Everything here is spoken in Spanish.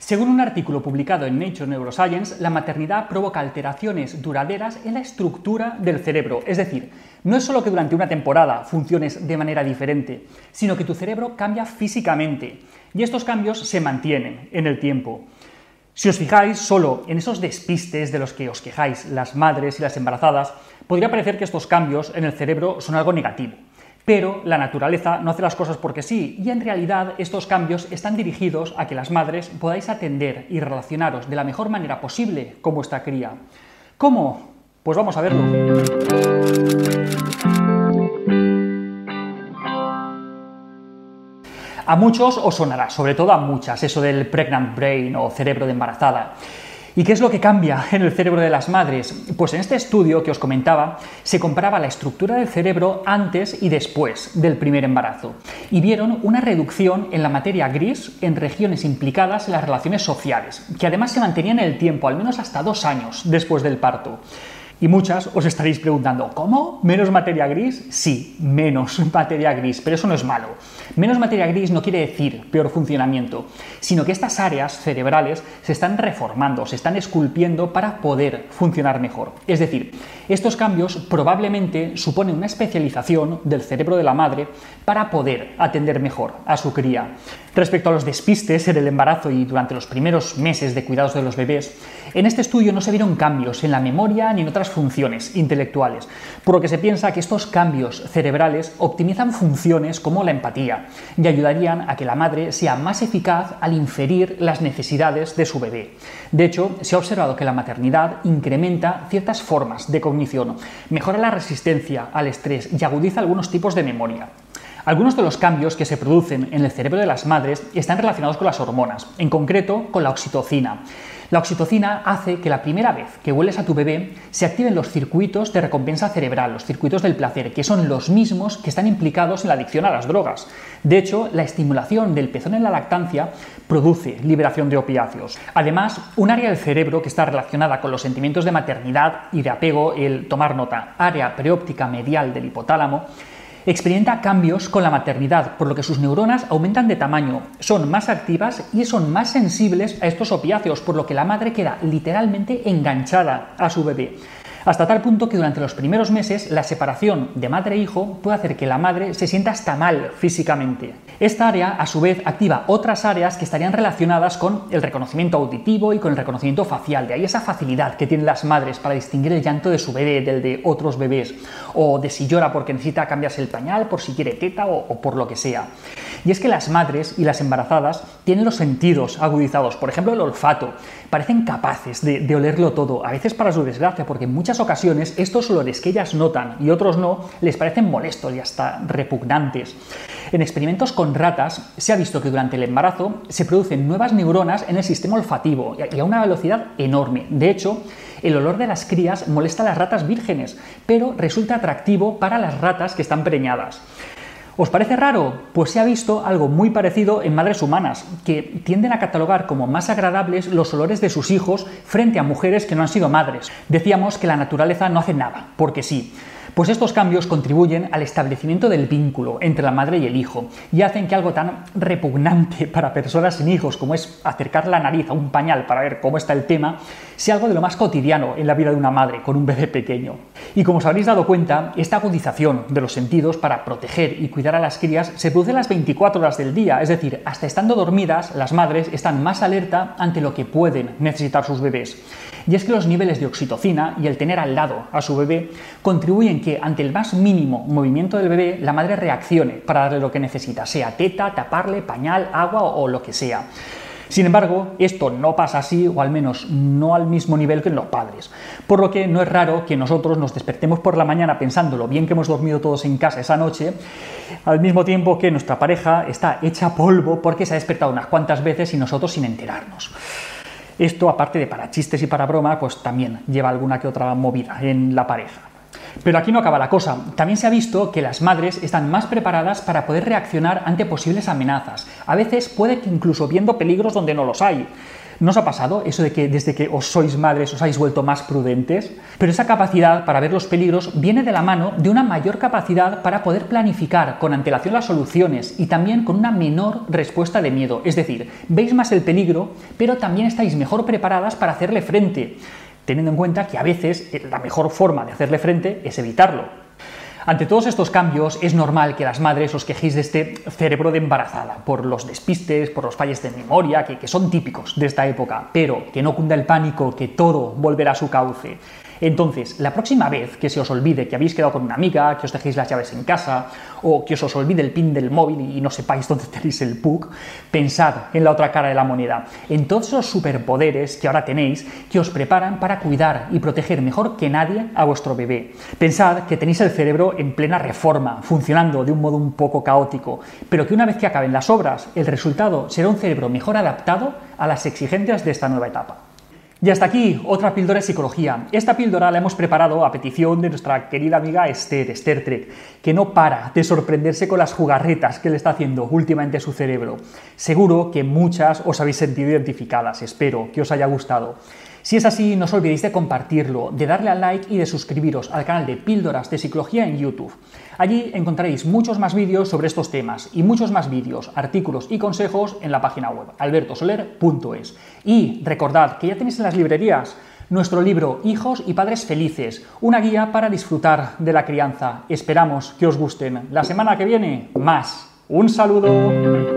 Según un artículo publicado en Nature Neuroscience, la maternidad provoca alteraciones duraderas en la estructura del cerebro. Es decir, no es solo que durante una temporada funciones de manera diferente, sino que tu cerebro cambia físicamente y estos cambios se mantienen en el tiempo. Si os fijáis solo en esos despistes de los que os quejáis las madres y las embarazadas, podría parecer que estos cambios en el cerebro son algo negativo. Pero la naturaleza no hace las cosas porque sí, y en realidad estos cambios están dirigidos a que las madres podáis atender y relacionaros de la mejor manera posible con vuestra cría. ¿Cómo? Pues vamos a verlo. A muchos os sonará, sobre todo a muchas, eso del pregnant brain o cerebro de embarazada. ¿Y qué es lo que cambia en el cerebro de las madres? Pues en este estudio que os comentaba, se comparaba la estructura del cerebro antes y después del primer embarazo y vieron una reducción en la materia gris en regiones implicadas en las relaciones sociales, que además se mantenían en el tiempo, al menos hasta 2 años después del parto. Y muchas os estaréis preguntando, ¿cómo? ¿Menos materia gris? Sí, menos materia gris, pero eso no es malo. Menos materia gris no quiere decir peor funcionamiento, sino que estas áreas cerebrales se están reformando, se están esculpiendo para poder funcionar mejor. Es decir, estos cambios probablemente suponen una especialización del cerebro de la madre para poder atender mejor a su cría. Respecto a los despistes en el embarazo y durante los primeros meses de cuidados de los bebés, en este estudio no se vieron cambios en la memoria ni en otras funciones intelectuales, por lo que se piensa que estos cambios cerebrales optimizan funciones como la empatía y ayudarían a que la madre sea más eficaz al inferir las necesidades de su bebé. De hecho, se ha observado que la maternidad incrementa ciertas formas de cognición, mejora la resistencia al estrés y agudiza algunos tipos de memoria. Algunos de los cambios que se producen en el cerebro de las madres están relacionados con las hormonas, en concreto con la oxitocina. La oxitocina hace que la primera vez que hueles a tu bebé se activen los circuitos de recompensa cerebral, los circuitos del placer, que son los mismos que están implicados en la adicción a las drogas. De hecho, la estimulación del pezón en la lactancia produce liberación de opiáceos. Además, un área del cerebro que está relacionada con los sentimientos de maternidad y de apego, el tomar nota, área preóptica medial del hipotálamo, experimenta cambios con la maternidad, por lo que sus neuronas aumentan de tamaño, son más activas y son más sensibles a estos opiáceos, por lo que la madre queda literalmente enganchada a su bebé. Hasta tal punto que durante los primeros meses la separación de madre e hijo puede hacer que la madre se sienta hasta mal físicamente. Esta área, a su vez, activa otras áreas que estarían relacionadas con el reconocimiento auditivo y con el reconocimiento facial. De ahí esa facilidad que tienen las madres para distinguir el llanto de su bebé del de otros bebés, o de si llora porque necesita cambiarse el pañal, por si quiere teta o por lo que sea. Y es que las madres y las embarazadas tienen los sentidos agudizados, por ejemplo el olfato. Parecen capaces de olerlo todo, a veces para su desgracia, porque en muchas ocasiones estos olores que ellas notan y otros no les parecen molestos y hasta repugnantes. En experimentos con ratas se ha visto que durante el embarazo se producen nuevas neuronas en el sistema olfativo y a una velocidad enorme. De hecho, el olor de las crías molesta a las ratas vírgenes, pero resulta atractivo para las ratas que están preñadas. ¿Os parece raro? Pues se ha visto algo muy parecido en madres humanas, que tienden a catalogar como más agradables los olores de sus hijos frente a mujeres que no han sido madres. Decíamos que la naturaleza no hace nada, porque sí. Pues estos cambios contribuyen al establecimiento del vínculo entre la madre y el hijo y hacen que algo tan repugnante para personas sin hijos como es acercar la nariz a un pañal para ver cómo está el tema, sea algo de lo más cotidiano en la vida de una madre con un bebé pequeño. Y como os habréis dado cuenta, esta agudización de los sentidos para proteger y cuidar a las crías se produce las 24 horas del día, es decir, hasta estando dormidas, las madres están más alerta ante lo que pueden necesitar sus bebés. Y es que los niveles de oxitocina y el tener al lado a su bebé contribuyen que ante el más mínimo movimiento del bebé la madre reaccione para darle lo que necesita, sea teta, taparle, pañal, agua o lo que sea. Sin embargo, esto no pasa así, o al menos no al mismo nivel que en los padres, por lo que no es raro que nosotros nos despertemos por la mañana pensando lo bien que hemos dormido todos en casa esa noche, al mismo tiempo que nuestra pareja está hecha polvo porque se ha despertado unas cuantas veces y nosotros sin enterarnos. Esto, aparte de para chistes y para broma, pues también lleva alguna que otra movida en la pareja. Pero aquí no acaba la cosa. También se ha visto que las madres están más preparadas para poder reaccionar ante posibles amenazas. A veces puede que incluso viendo peligros donde no los hay. ¿No os ha pasado eso de que desde que os sois madres os habéis vuelto más prudentes? Pero esa capacidad para ver los peligros viene de la mano de una mayor capacidad para poder planificar con antelación las soluciones y también con una menor respuesta de miedo. Es decir, veis más el peligro, pero también estáis mejor preparadas para hacerle frente, teniendo en cuenta que a veces la mejor forma de hacerle frente es evitarlo. Ante todos estos cambios, es normal que las madres os quejéis de este cerebro de embarazada, por los despistes, por los fallos de memoria, que son típicos de esta época, pero que no cunda el pánico, que todo volverá a su cauce. Entonces, la próxima vez que se os olvide que habéis quedado con una amiga, que os dejéis las llaves en casa, o que os olvide el PIN del móvil y no sepáis dónde tenéis el PUC, pensad en la otra cara de la moneda, en todos esos superpoderes que ahora tenéis, que os preparan para cuidar y proteger mejor que nadie a vuestro bebé. Pensad que tenéis el cerebro en plena reforma, funcionando de un modo un poco caótico, pero que una vez que acaben las obras, el resultado será un cerebro mejor adaptado a las exigencias de esta nueva etapa. Y hasta aquí otra píldora de psicología. Esta píldora la hemos preparado a petición de nuestra querida amiga Esther Trek, que no para de sorprenderse con las jugarretas que le está haciendo últimamente su cerebro. Seguro que muchas os habéis sentido identificadas, espero que os haya gustado. Si es así, no os olvidéis de compartirlo, de darle al like y de suscribiros al canal de Píldoras de Psicología en YouTube. Allí encontraréis muchos más vídeos sobre estos temas y muchos más vídeos, artículos y consejos en la página web albertosoler.es. Y recordad que ya tenéis en las librerías nuestro libro Hijos y Padres Felices, una guía para disfrutar de la crianza. Esperamos que os gusten. La semana que viene, más. ¡Un saludo!